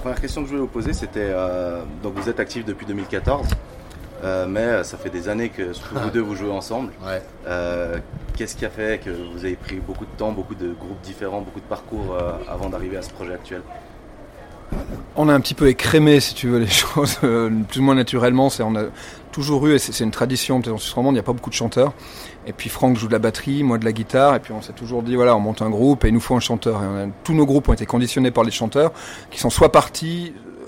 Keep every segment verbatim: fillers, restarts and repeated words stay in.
première question que je voulais vous poser, c'était, euh, donc vous êtes actif depuis deux mille quatorze, euh, mais ça fait des années que surtout vous deux vous jouez ensemble. Ouais. Euh, qu'est-ce qui a fait que vous avez pris beaucoup de temps, beaucoup de groupes différents, beaucoup de parcours euh, avant d'arriver à ce projet actuel? On a un petit peu écrémé, si tu veux, les choses, euh, plus ou moins naturellement. C'est, on a toujours eu, et c'est, c'est une tradition, peut-être en Suisse romande, il n'y a pas beaucoup de chanteurs. Et puis Franck joue de la batterie, moi de la guitare, et puis on s'est toujours dit, voilà, on monte un groupe et il nous faut un chanteur. Et on a, tous nos groupes ont été conditionnés par les chanteurs, qui sont soit partis,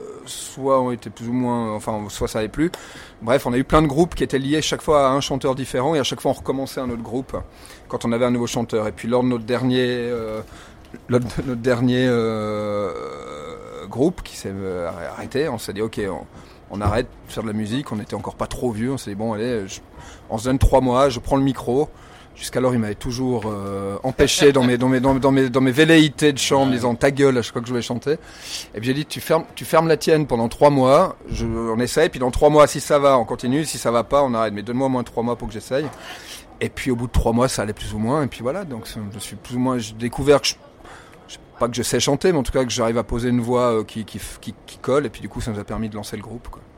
soit ont été plus ou moins, enfin, soit ça allait plus. Bref, on a eu plein de groupes qui étaient liés chaque fois à un chanteur différent, et à chaque fois on recommençait un autre groupe quand on avait un nouveau chanteur. Et puis lors de notre dernier, euh, lors de notre dernier euh, groupe qui s'est arrêté, on s'est dit ok, on, on arrête de faire de la musique, on était encore pas trop vieux, on s'est dit bon allez, je, on se donne trois mois, je prends le micro. Jusqu'alors il m'avait toujours euh, empêché dans mes, dans, mes, dans, dans, mes, dans mes velléités de chant, en me disant ta gueule à chaque fois que je voulais chanter. Et puis j'ai dit tu fermes, tu fermes la tienne pendant trois mois, je, on essaye, puis dans trois mois si ça va on continue, si ça va pas on arrête, mais donne-moi au moins trois mois pour que j'essaye. Et puis au bout de trois mois ça allait plus ou moins, et puis voilà, donc je suis plus ou moins, j'ai découvert que je, pas que je sais chanter, mais en tout cas que j'arrive à poser une voix qui, qui, qui, qui colle, et puis du coup ça nous a permis de lancer le groupe, quoi.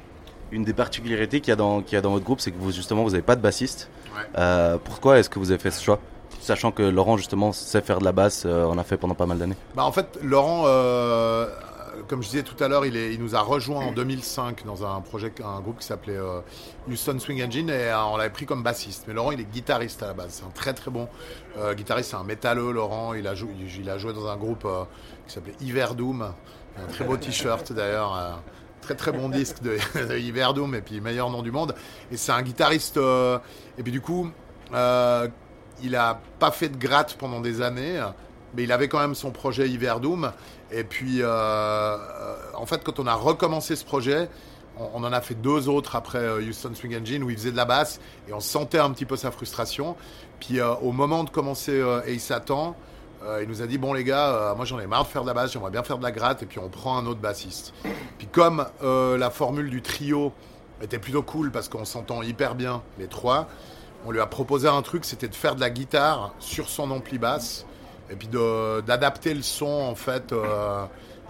Une des particularités qu'il y a dans, qu'il y a dans votre groupe, c'est que vous, justement, vous n'avez pas de bassiste. Ouais. Euh, pourquoi est-ce que vous avez fait ce choix? Sachant que Laurent, justement, sait faire de la basse, euh, on a fait pendant pas mal d'années. Bah, en fait, Laurent, euh, comme je disais tout à l'heure, il, est, il nous a rejoint en deux mille cinq dans un projet, un groupe qui s'appelait euh, Houston Swing Engine, et euh, on l'avait pris comme bassiste. Mais Laurent, il est guitariste à la base. C'est un très très bon euh, guitariste, c'est un métalleux, Laurent. Il a, jou- il, il a joué dans un groupe euh, qui s'appelait Hiverdoom. Un très beau t-shirt d'ailleurs. Euh, Très très bon disque de, de Hiverdoom, et puis meilleur nom du monde. Et c'est un guitariste. Euh, et puis du coup, euh, il a pas fait de gratte pendant des années, mais il avait quand même son projet Hiverdoom. Et puis, euh, en fait, quand on a recommencé ce projet, on, on en a fait deux autres après euh, Houston Swing Engine où il faisait de la basse et on sentait un petit peu sa frustration. Puis euh, au moment de commencer euh, Ace Satan, Euh, il nous a dit bon les gars, euh, moi j'en ai marre de faire de la basse, j'aimerais bien faire de la gratte, et puis on prend un autre bassiste. Puis comme euh, la formule du trio était plutôt cool parce qu'on s'entend hyper bien les trois, on lui a proposé un truc, c'était de faire de la guitare sur son ampli basse et puis de, d'adapter le son en fait euh,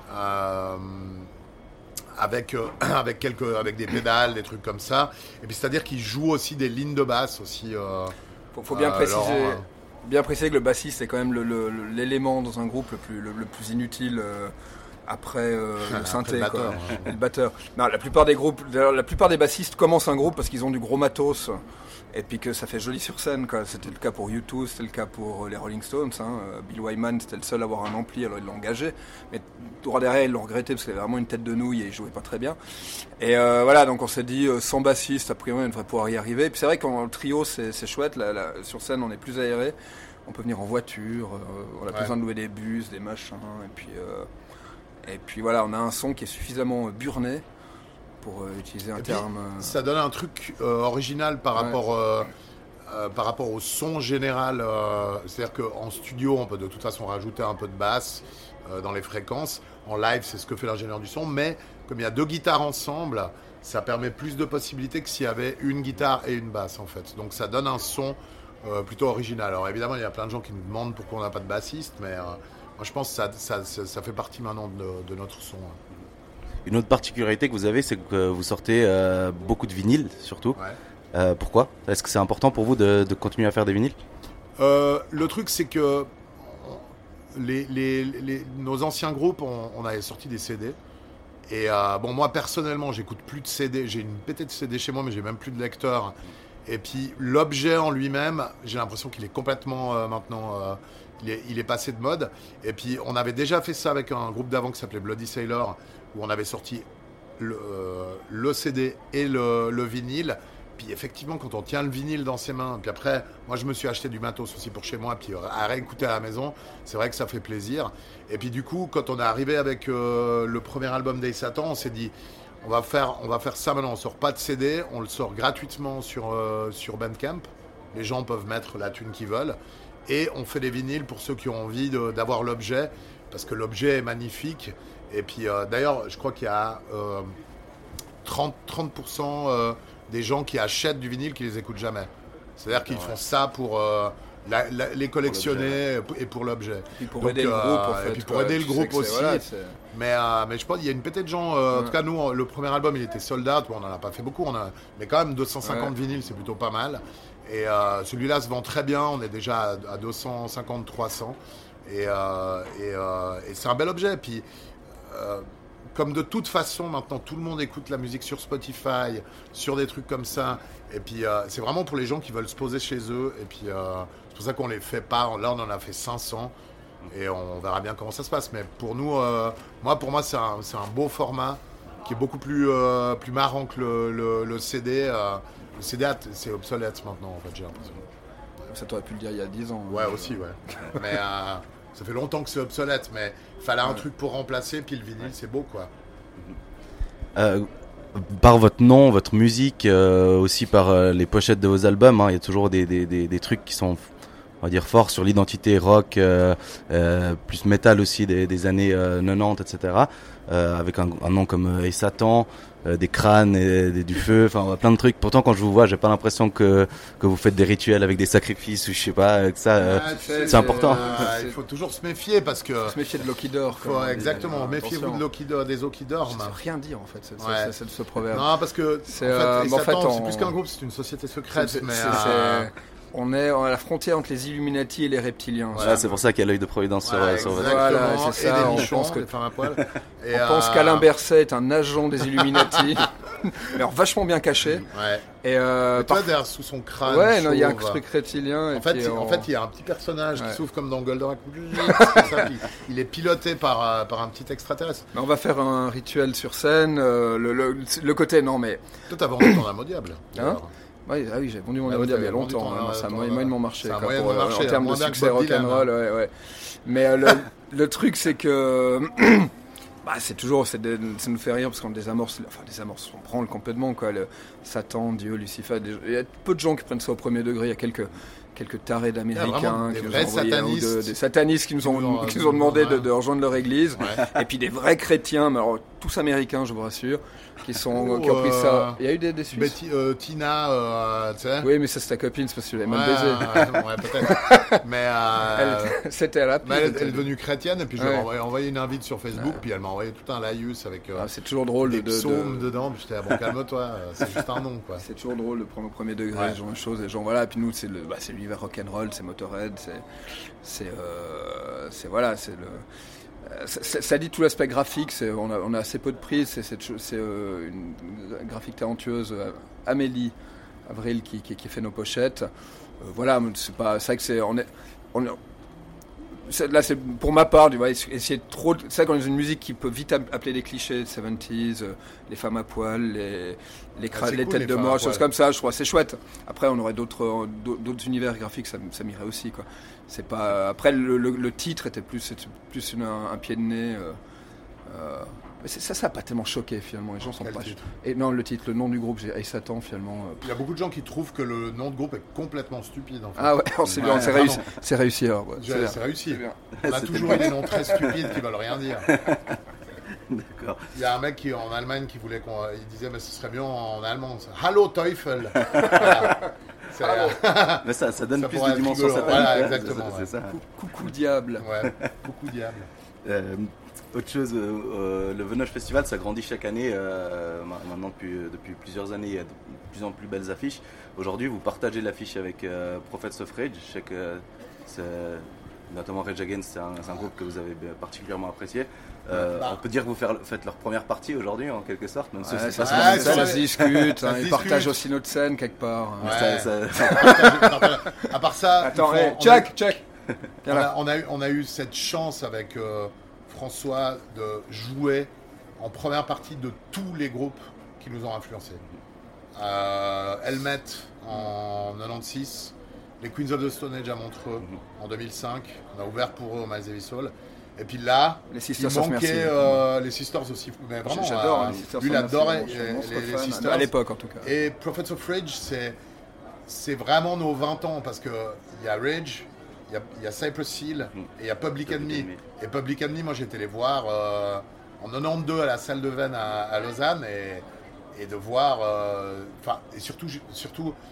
euh, avec euh, avec quelques avec des pédales, des trucs comme ça. Et puis c'est à dire qu'il joue aussi des lignes de basse aussi. Euh, faut, faut bien euh, préciser. Laurent, hein. Bien préciser que le bassiste est quand même le, le, l'élément dans un groupe le plus, le, le plus inutile euh, après euh, le synthé, après le quoi. batteur, hein. Et le batteur. Non, la plupart des groupes, la plupart des bassistes commencent un groupe parce qu'ils ont du gros matos et puis que ça fait joli sur scène, quoi. C'était le cas pour U deux, c'était le cas pour les Rolling Stones, hein. Bill Wyman c'était le seul à avoir un ampli, alors ils l'ont engagé, mais droit derrière ils l'ont regretté parce qu'il avait vraiment une tête de nouille et il jouait pas très bien. Et euh, voilà, donc on s'est dit euh, sans bassiste, a priori on devrait pouvoir y arriver. Et puis c'est vrai qu'en le trio c'est, c'est chouette, là, là, sur scène on est plus aéré, on peut venir en voiture, euh, on a Ouais. besoin de louer des bus, des machins, et puis euh, et puis voilà, on a un son qui est suffisamment burné pour euh, utiliser un Et puis, terme. euh, ça donne un truc euh, original par Ouais. rapport euh, euh, par rapport au son général. euh, c'est-à-dire qu'en studio, on peut de toute façon rajouter un peu de basse euh, dans les fréquences. En live, c'est ce que fait l'ingénieur du son. Mais comme il y a deux guitares ensemble, ça permet plus de possibilités que s'il y avait une guitare et une basse en fait. Donc ça donne un son euh, plutôt original. Alors évidemment, il y a plein de gens qui nous demandent pourquoi on n'a pas de bassiste, mais euh, moi je pense que ça, ça, ça, ça fait partie maintenant de, de notre son. hein. Une autre particularité que vous avez, c'est que vous sortez euh, beaucoup de vinyles, surtout. Ouais. Euh, pourquoi? Est-ce que c'est important pour vous de, de continuer à faire des vinyles? Euh, le truc, c'est que les, les, les- nos anciens groupes, on, on avait sorti des C D. Et euh, bon, moi, personnellement, j'écoute plus de C D. J'ai une pétée de C D chez moi, mais j'ai même plus de lecteur. Et puis, l'objet en lui-même, j'ai l'impression qu'il est complètement, euh, maintenant, euh, il, est, il est passé de mode. Et puis, on avait déjà fait ça avec un groupe d'avant qui s'appelait Bloody Sailor, où on avait sorti le, euh, le C D et le, le vinyle. Puis effectivement, quand on tient le vinyle dans ses mains, puis après, moi je me suis acheté du matos aussi pour chez moi, puis à réécouter à la maison, c'est vrai que ça fait plaisir. Et puis du coup, quand on est arrivé avec euh, le premier album d'Ace Satan, on s'est dit, on va faire, on va faire ça maintenant. On sort pas de C D, on le sort gratuitement sur euh, sur Bandcamp. Les gens peuvent mettre la thune qu'ils veulent, et on fait des vinyles pour ceux qui ont envie de, d'avoir l'objet, parce que l'objet est magnifique. Et puis euh, d'ailleurs, je crois qu'il y a euh, trente pour cent euh, des gens qui achètent du vinyle qui les écoutent jamais. C'est-à-dire qu'ils font ça pour... euh, la, la, les collectionner pour et pour l'objet. Et pour Donc, aider le groupe, en euh, fait. Et puis pour quoi. aider le Tu sais groupe que c'est- aussi. voilà, c'est- Mais, euh, mais je pense qu'il y a une pétée de gens. Euh, Ouais. En tout cas, nous, le premier album, il était sold out. Bon, on n'en a pas fait beaucoup. On a, mais quand même, deux cent cinquante Ouais. vinyles, c'est plutôt pas mal. Et euh, celui-là se vend très bien. On est déjà à, à deux cent cinquante à trois cents. Et, euh, et, euh, et c'est un bel objet. Puis, euh, comme de toute façon, maintenant, tout le monde écoute la musique sur Spotify, sur des trucs comme ça. Et puis, euh, c'est vraiment pour les gens qui veulent se poser chez eux. Et puis, euh, c'est pour ça qu'on les fait pas. Là, on en a fait cinq cents. Et on verra bien comment ça se passe. Mais pour nous, euh, moi, pour moi, c'est un, c'est un beau format qui est beaucoup plus, euh, plus marrant que le, le, le C D. Euh, le C D, c'est obsolète maintenant, en fait, j'ai l'impression. Ça t'aurait pu le dire il y a dix ans. Ouais, aussi, ouais. Mais euh, ça fait longtemps que c'est obsolète. Mais il fallait un Ouais. truc pour remplacer. Puis le vinyle, c'est beau, quoi. Euh, par votre nom, votre musique, euh, aussi par euh, les pochettes de vos albums, hein, il y a toujours des, des, des, des trucs qui sont, on va dire, forts sur l'identité rock, euh, euh, plus métal aussi des, des années euh, quatre-vingt-dix, et cetera. Euh, avec un, un nom comme euh, Hey Satan, euh, des crânes et des, du feu, enfin plein de trucs. Pourtant, quand je vous vois, j'ai pas l'impression que que vous faites des rituels avec des sacrifices ou je sais pas, que ça. euh, Ah, tu sais, c'est important. euh, il faut toujours se méfier parce que. Se méfier de l'eau qui dort. Faut, quoi. exactement, Et, méfiez-vous attention. de l'eau qui dort, des eaux qui dorment. Ça veut rien dire en fait, c'est, Ouais. c'est, c'est, c'est ce proverbe. Non, parce que C'est, en fait, euh, et mais en Satan, fait, c'est on- plus qu'un groupe, c'est une société secrète. C'est- mais c'est- euh, c'est- On est à la frontière entre les Illuminati et les reptiliens. Voilà, c'est pour ça qu'il y a l'œil de Providence sur, ouais, sur votre. exactement, Voilà, c'est et ça, des on bichons, pense que- des femmes à poil. Et, On pense euh, qu'Alain Berset est un agent des Illuminati, mais alors vachement bien caché. Ouais. Et euh, Et toi, par- derrière, sous son crâne. ouais, non, il y a un chauve, truc reptilien. En et fait, puis il- on- en fait, il y a un petit personnage Ouais. qui souffle comme dans Goldorak. Comme ça, il, il est piloté par, euh, par un petit extraterrestre. Mais on va faire un rituel sur scène. euh, le, le, le côté, non, mais. Toi, t'as vendu ton âme au diable. d'ailleurs. Ouais, ah oui, j'ai vendu mon Ah amo oui, diable il y a t'avais vendu longtemps. ton- hein, ça a ton- moyennement marché. ça a quoi, moyennement pour, euh, marché, en termes de moins bien que succès Bob Dylan, rock'n'roll, ouais, ouais. Mais euh, le, le truc, c'est que. Bah, c'est toujours, c'est des- ça nous fait rire parce qu'on désamorce, enfin désamorce, on prend le complètement quoi. Le Satan, Dieu, Lucifer. des- Il y a peu de gens qui prennent ça au premier degré. Il y a quelques quelques tarés vraiment d'Américains des qui nous vrais ont envoyé un ou deux- satanistes des satanistes qui nous qui ont, nous ont- qui nous ont demandé de, ouais. de rejoindre leur église. Ouais. Et puis des vrais chrétiens, mais alors tous américains, je vous rassure, qui sont, Ou, qui ont pris euh, ça. Il y a eu des, des Suisses. Betty, euh, Tina, euh, tu sais. Oui, mais ça c'est ta copine, c'est parce que tu l'avais Ouais, mal baisé. ouais, ouais, peut-être. Mais, euh, Elle- C'était à la mais elle, elle est devenue chrétienne et puis je lui ai Ouais. envoyé, envoyé une invite sur Facebook Ouais. puis elle m'a envoyé tout un laïus avec euh, Ah, c'est toujours drôle des de, de- psaumes de- dedans. Puis j'étais ah, bon calme-toi, euh, c'est juste un nom quoi. C'est toujours drôle de prendre au premier degré Ouais. ce genre de choses. Et genre voilà, et puis nous c'est le, bah, c'est l'univers rock'n'roll, c'est Motorhead, c'est, c'est, euh, c'est voilà, c'est le. euh, Ça, ça- ça dit tout l'aspect graphique. C'est, on, a, on a assez peu de prises. C'est, c'est, c'est euh, une graphique talentueuse, euh, Amélie Avril, qui, qui, qui fait nos pochettes. Euh, voilà, mais c'est pas, c'est vrai que c'est, on est, on est- c'est- là, c'est pour ma part, tu vois, essayer de trop. C'est vrai qu'on est dans une musique qui peut vite app- appeler les clichés de soixante-dix, euh, les femmes à poil, les, les, cra- Ah, c'est les cool, têtes les de femmes à mort, choses poil. comme ça. Je trouve c'est chouette. Après, on aurait d'autres, euh, d'autres d'autres univers graphiques, ça, m- ça m'irait aussi, quoi. C'est pas. Après, le, le- le titre était plus, c'était plus une- un, un pied de nez. euh, euh, mais c'est- ça, ça a pas tellement choqué finalement. Les gens sont Quel pas. titre Et non, le titre, le nom du groupe, j'ai Hey Satan finalement. euh, Il y a beaucoup de gens qui trouvent que le nom de groupe est complètement stupide en fait. Ah ouais, oh, c'est bien, Ouais, c'est vraiment. réussi, c'est réussi alors. ouais, Je- c'est bien. c'est réussi. C'est bien. On a C'était toujours le- eu des noms très stupides qui veulent rien dire. D'accord. Il y a un mec qui en Allemagne qui voulait qu'on, il disait mais ce serait mieux en, en allemand. ça. Hallo Teufel. Voilà. C'est- Mais ça, ça donne Ça plus pourrait de être dimension rigolo. satanique. Voilà, ouais, exactement, c'est- c'est ouais. ça. Cou- Coucou diable. Ouais, beaucoup diable. Euh, autre chose, euh, euh, le Venoge Festival, ça grandit chaque année. euh, ma- maintenant, depuis, depuis plusieurs années, il y a de plus en plus belles affiches. Aujourd'hui, vous partagez l'affiche avec euh, Prophets of Rage. Je sais que c'est, notamment Rage Against, c'est un, c'est un groupe que vous avez particulièrement apprécié. Euh, Bah. On peut dire que vous faire- faites leur première partie aujourd'hui, en quelque sorte. Même si Ouais, c'est ça, pas ça, Ah, seulement ça, ça, ça ça. se discute, ça hein, se ils discute. partagent aussi notre scène quelque part. hein. Ouais. Ça- ça- À part ça, Attends, il faut- hey, on a- check, check. On a, on, a eu, on a eu cette chance avec euh, François de jouer en première partie de tous les groupes qui nous ont influencés. Euh, Helmet en quatre-vingt-seize, les Queens of the Stone Age à Montreux en deux mille cinq, on a ouvert pour eux au Miles Davis Hall. Et puis là, Les il Sisters of manquait Mercy. euh, les Sisters aussi. Mais vraiment, J'adore euh, les Sisters lui, of il Mercy, adorait je suis les, monstre les- les fan, Sisters. à l'époque en tout cas. Et Prophets of Rage, c'est, c'est vraiment nos vingt ans parce qu'il y a Rage, il y a, il y a Cypress Hill et il y a Public Public Enemy. Enemy. Et Public Enemy, moi j'ai été les voir euh, en quatre-vingt-douze à la salle de Vennes à, à Lausanne et, et de voir. euh, Enfin, et surtout, surtout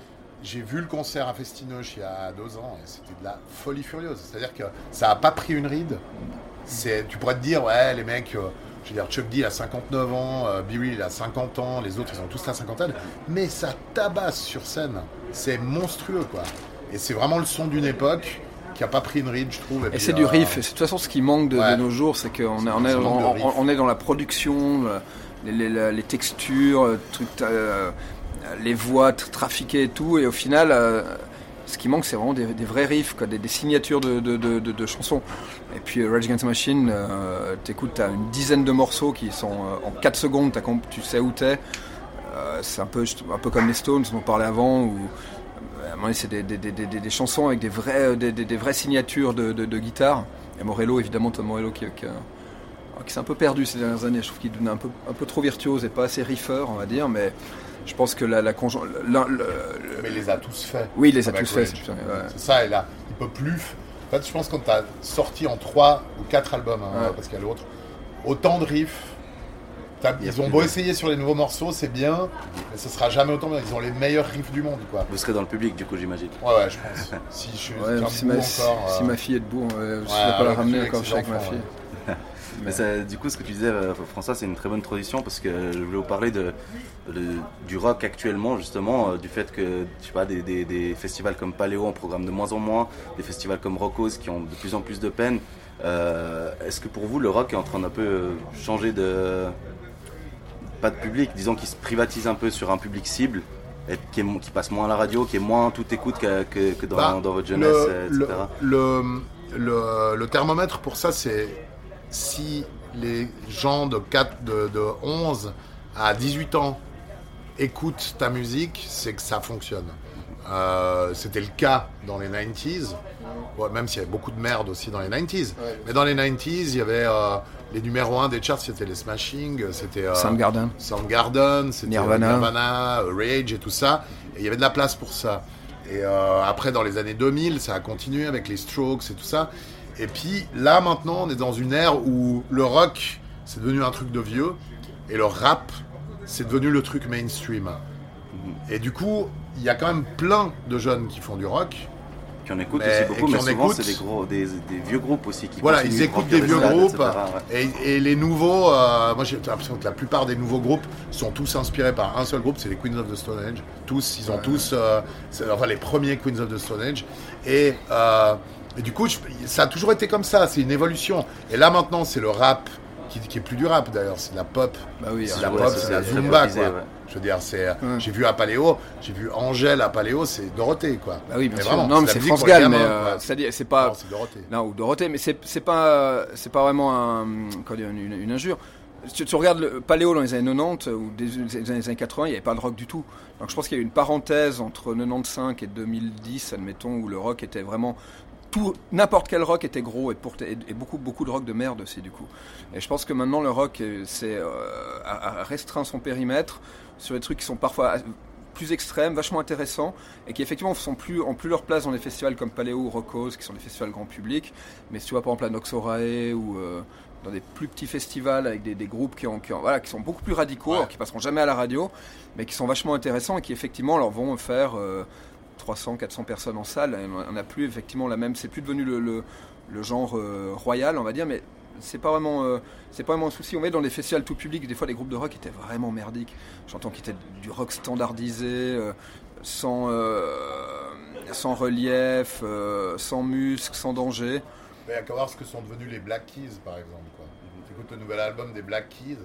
j'ai vu le concert à Festinoche il y a deux ans et c'était de la folie furieuse. C'est-à-dire que ça n'a pas pris une ride. C'est, tu pourrais te dire, ouais, les mecs, euh, je veux dire, Chuck D il a cinquante-neuf ans, euh, Billy il a cinquante ans, les autres ils ont tous la cinquantaine, mais ça tabasse sur scène. C'est monstrueux, quoi. Et c'est vraiment le son d'une époque qui n'a pas pris une ride, je trouve. Et, et puis, c'est euh, du riff. Et c'est de toute façon ce qui manque de, ouais. de nos jours, c'est qu'on C'est est, on est, vraiment on, de riff. on est dans la production, les, les, les textures, trucs, euh, les voix tra- trafiquées et tout. Et au final, euh, ce qui manque, c'est vraiment des, des vrais riffs, quoi, des, des signatures de, de, de, de, de chansons. Et puis euh, Rage Against the Machine, euh, t'écoutes, t'as une dizaine de morceaux qui sont euh, en quatre secondes, t'as, tu sais où t'es. Euh, c'est un peu, un peu comme les Stones dont on parlait avant, où à un moment donné, c'est des, des, des, des, des chansons avec des vraies, des, des, des vraies signatures de, de, de guitare. Et Morello, évidemment, Tom Morello qui, qui, qui s'est un peu perdu ces dernières années. Je trouve qu'il devenait un peu, un peu trop virtuose et pas assez riffer, on va dire. Mais je pense que la, la conjon... la, la, la, Mais il les a tous faits. Oui, il les a avec tous faits. Rage. C'est, ouais. C'est ça, et là, il peut plus. En fait, je pense que quand tu as sorti en trois ou quatre albums, hein, Ouais. parce qu'il y a l'autre, autant de riffs. T'as- Il y a Ils ont plus beau de- essayer sur les nouveaux morceaux, c'est bien, mais ce sera jamais autant bien. Ils ont les meilleurs riffs du monde, quoi. Vous serez dans le public, du coup, j'imagine. Ouais, ouais, je pense. Si je suis Ouais, un si, bout ma, encore. si euh, ma fille est debout, ouais, je ne ouais, vais pas la avec- ramener avec quand ses je suis avec ma enfants, fille. ouais. Mais ça, du coup, ce que tu disais, euh, François, c'est une très bonne transition parce que je voulais vous parler de, de- du rock actuellement, justement, euh, du fait que, je sais pas, des, des, des festivals comme Paléo en programme de moins en moins, des festivals comme Rockos qui ont de plus en plus de peine. Euh, est-ce que pour vous, le rock est en train d'un peu euh, changer de... pas de public, disons qu'il se privatise un peu sur un public cible et qui, est, qui passe moins à la radio, qui est moins tout écoute que, que, que dans, Bah, dans votre jeunesse, le, et cetera. Le, le, le, le thermomètre pour ça, c'est si les gens de, quatre, de, de onze à dix-huit ans écoutent ta musique, c'est que ça fonctionne. Euh, c'était le cas dans les quatre-vingt-dix, bon, même s'il y avait beaucoup de merde aussi dans les quatre-vingt-dix. Ouais. Mais dans les quatre-vingt-dix, il y avait euh, les numéros un des charts, c'était les Smashing, c'était euh, Soundgarden. Soundgarden, c'était Nirvana. euh, Nirvana, euh, Rage et tout ça. Et il y avait de la place pour ça. Et euh, après, dans les années deux mille, ça a continué avec les Strokes et tout ça. Et puis là, maintenant, on est dans une ère où le rock, c'est devenu un truc de vieux. Et le rap, c'est devenu le truc mainstream. Et du coup, il y a quand même plein de jeunes qui font du rock. Qui en écoutent Mais- aussi et beaucoup, qui mais en souvent écoutent. c'est des, gros, des, des vieux groupes aussi qui Voilà, continuent ils de écoutent remplir des les vieux stades, groupes. et cetera, ouais. Et, et les nouveaux, euh, moi j'ai l'impression que la plupart des nouveaux groupes sont tous inspirés par un seul groupe, c'est les Queens of the Stone Age. Tous, ils ont Ouais. tous, euh, c'est- enfin les premiers Queens of the Stone Age. Et, euh, et du coup, je- ça a toujours été comme ça, c'est une évolution. Et là maintenant, c'est le rap, qui, qui est plus du rap d'ailleurs, c'est de la pop. Bah oui, C'est de euh, la ouais, pop, ça, c'est de la c'est Zumba, très quoi. popisé, ouais. Je veux dire, c'est, Ouais. j'ai vu à Paléo, j'ai vu Angèle à Paléo, c'est Dorothée, quoi. Bah oui, bien Mais sûr. vraiment, non, mais la c'est musique France pour les Gall, gamins, mais euh, quoi. c'est-à-dire, c'est pas. Non, c'est Dorothée. Non, ou Dorothée, mais c'est, c'est pas, c'est pas vraiment un, comment dire, une, une injure. Si tu, tu regardes le Paléo dans les années quatre-vingt-dix ou des, des années quatre-vingts, il n'y avait pas de rock du tout. Donc je pense qu'il y a eu une parenthèse entre quatre-vingt-quinze et deux mille dix, admettons, où le rock était vraiment tout, n'importe quel rock était gros et, pour, et, et beaucoup, beaucoup de rock de merde aussi du coup. Et je pense que maintenant le rock euh, c'est, euh, a, a restreint son périmètre sur des trucs qui sont parfois plus extrêmes, vachement intéressants, et qui effectivement sont plus, ont plus leur place dans des festivals comme Paléo ou Rockos, qui sont des festivals grand public. Mais si tu vois par exemple à Noxorae ou euh, dans des plus petits festivals avec des, des groupes qui, ont, qui, ont, voilà, qui sont beaucoup plus radicaux, Ouais. alors qui passeront jamais à la radio, mais qui sont vachement intéressants et qui effectivement leur vont faire euh, trois cents, quatre cents personnes en salle. Et on n'a plus effectivement la même, c'est plus devenu le, le, le genre euh, royal, on va dire, mais c'est pas vraiment euh, c'est pas vraiment un souci. On met dans des festivals tout public, des fois les groupes de rock étaient vraiment merdiques. J'entends qu'ils étaient du rock standardisé, euh, sans euh, sans relief, euh, sans muscles, sans danger. Mais il y a qu'à voir ce que sont devenus les Black Keys, par exemple. Tu écoutes le nouvel album des Black Keys,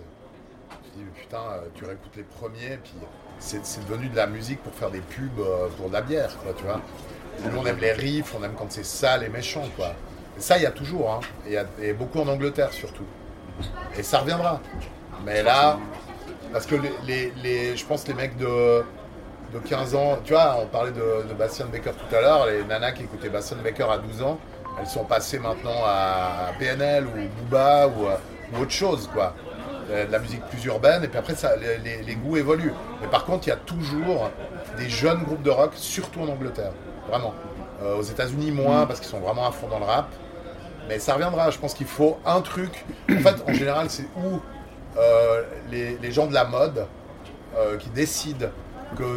tu dis, putain, euh, tu réécoutes les premiers, puis c'est, c'est devenu de la musique pour faire des pubs euh, pour de la bière, quoi, tu vois. Nous, on aime les riffs, on aime quand c'est sale et méchant, quoi. Et ça, il y a toujours, hein. Et, il y a, et beaucoup en Angleterre, surtout. Et ça reviendra. Mais là, parce que les, les, les- je pense que les mecs de, de quinze ans, tu vois, on parlait de, de Bastian Baker tout à l'heure, les nanas qui écoutaient Bastian Baker à douze ans, elles sont passées maintenant à P N L ou Booba ou, ou autre chose, quoi. De la musique plus urbaine, et puis après, ça, les, les- les goûts évoluent. Mais par contre, il y a toujours des jeunes groupes de rock, surtout en Angleterre, vraiment. Euh, aux États-Unis, moins, parce qu'ils sont vraiment à fond dans le rap. Mais ça reviendra, je pense qu'il faut un truc. En fait, en général, c'est où euh, les, les gens de la mode euh, qui décident que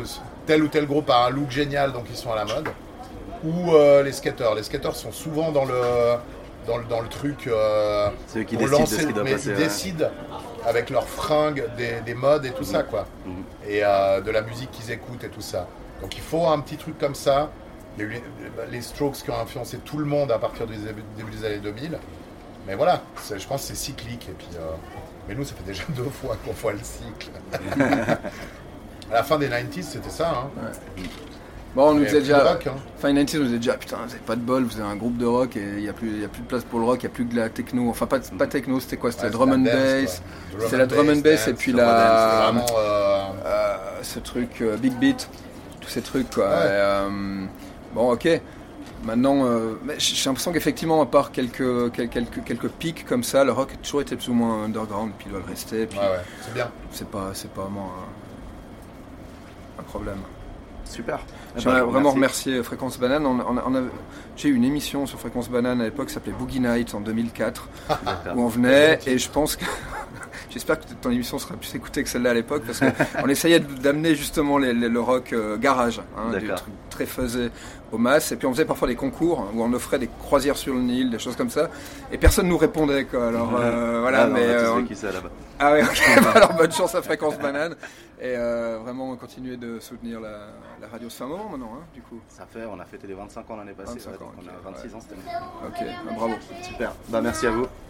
tel ou tel groupe a un look génial, donc ils sont à la mode. Ou euh, les skateurs. Les skateurs sont souvent dans le, dans le, dans le truc euh, C'est eux qui pour décident lancer, de ce qui doit mais passer. ils Ouais. décident avec leurs fringues des, des modes et tout ça, quoi. Mhm. Et euh, de la musique qu'ils écoutent et tout ça. Donc il faut un petit truc comme ça. Il y a eu les, les Strokes qui ont influencé tout le monde à partir du début, début des années deux mille. Mais voilà, c'est, je pense que c'est cyclique. Et puis, euh, mais nous, ça fait déjà deux fois qu'on voit le cycle. À la fin des quatre-vingt-dix, c'était ça. Hein. Ouais. Bon, on nous Il y disait avait plus de déjà, rock, hein. fin quatre-vingt-dix, on nous disait déjà, putain, vous avez pas de bol, vous avez un groupe de rock et il n'y a, plus- y a plus de place pour le rock, il n'y a plus que de la techno. Enfin, pas, pas techno, c'était quoi? C'était Ouais, la drum c'est and la dance, bass. quoi. Drum C'est and la drum and bass et dance, puis drum la. and dance, c'est vraiment, euh, euh, ce truc euh, Big Beat, tous ces trucs quoi. Ouais. Et, euh, bon, ok. Maintenant, euh, mais j'ai j'ai l'impression qu'effectivement, à part quelques, quel- quelques, quelques pics comme ça, le rock a toujours été plus ou moins underground, puis il doit le rester. Puis ouais, ouais, c'est bien. c'est pas, c'est pas vraiment un, un problème. Super. J'aimerais Eh ben, vraiment merci. remercier Fréquence Banane. On, on a- on a- j'ai eu une émission sur Fréquence Banane à l'époque qui s'appelait Boogie Night en deux mille quatre, D'accord. où on venait et je pense que j'espère que ton émission sera plus écoutée que celle-là à l'époque parce qu'on essayait de- d'amener justement les- les- le rock euh, garage, hein, du D'accord. truc très faisé aux masses, et puis on faisait parfois des concours hein, où on offrait des croisières sur le Nil, des choses comme ça, et personne nous répondait quoi. Alors euh, voilà, Ah, non, mais on a tous euh, on- vécu ça là-bas. ah ouais, ok, bah alors bonne chance à Fréquence Banane et euh, vraiment continuer de soutenir la, la radio. Ça fait un moment maintenant, hein, du coup. Ça fait, on a fêté les vingt-cinq ans l'année passée. vingt-cinq ouais, donc ans, on ok, a vingt-six ouais. ans cette année. Ok, bah, bravo. Super. Bah merci à vous.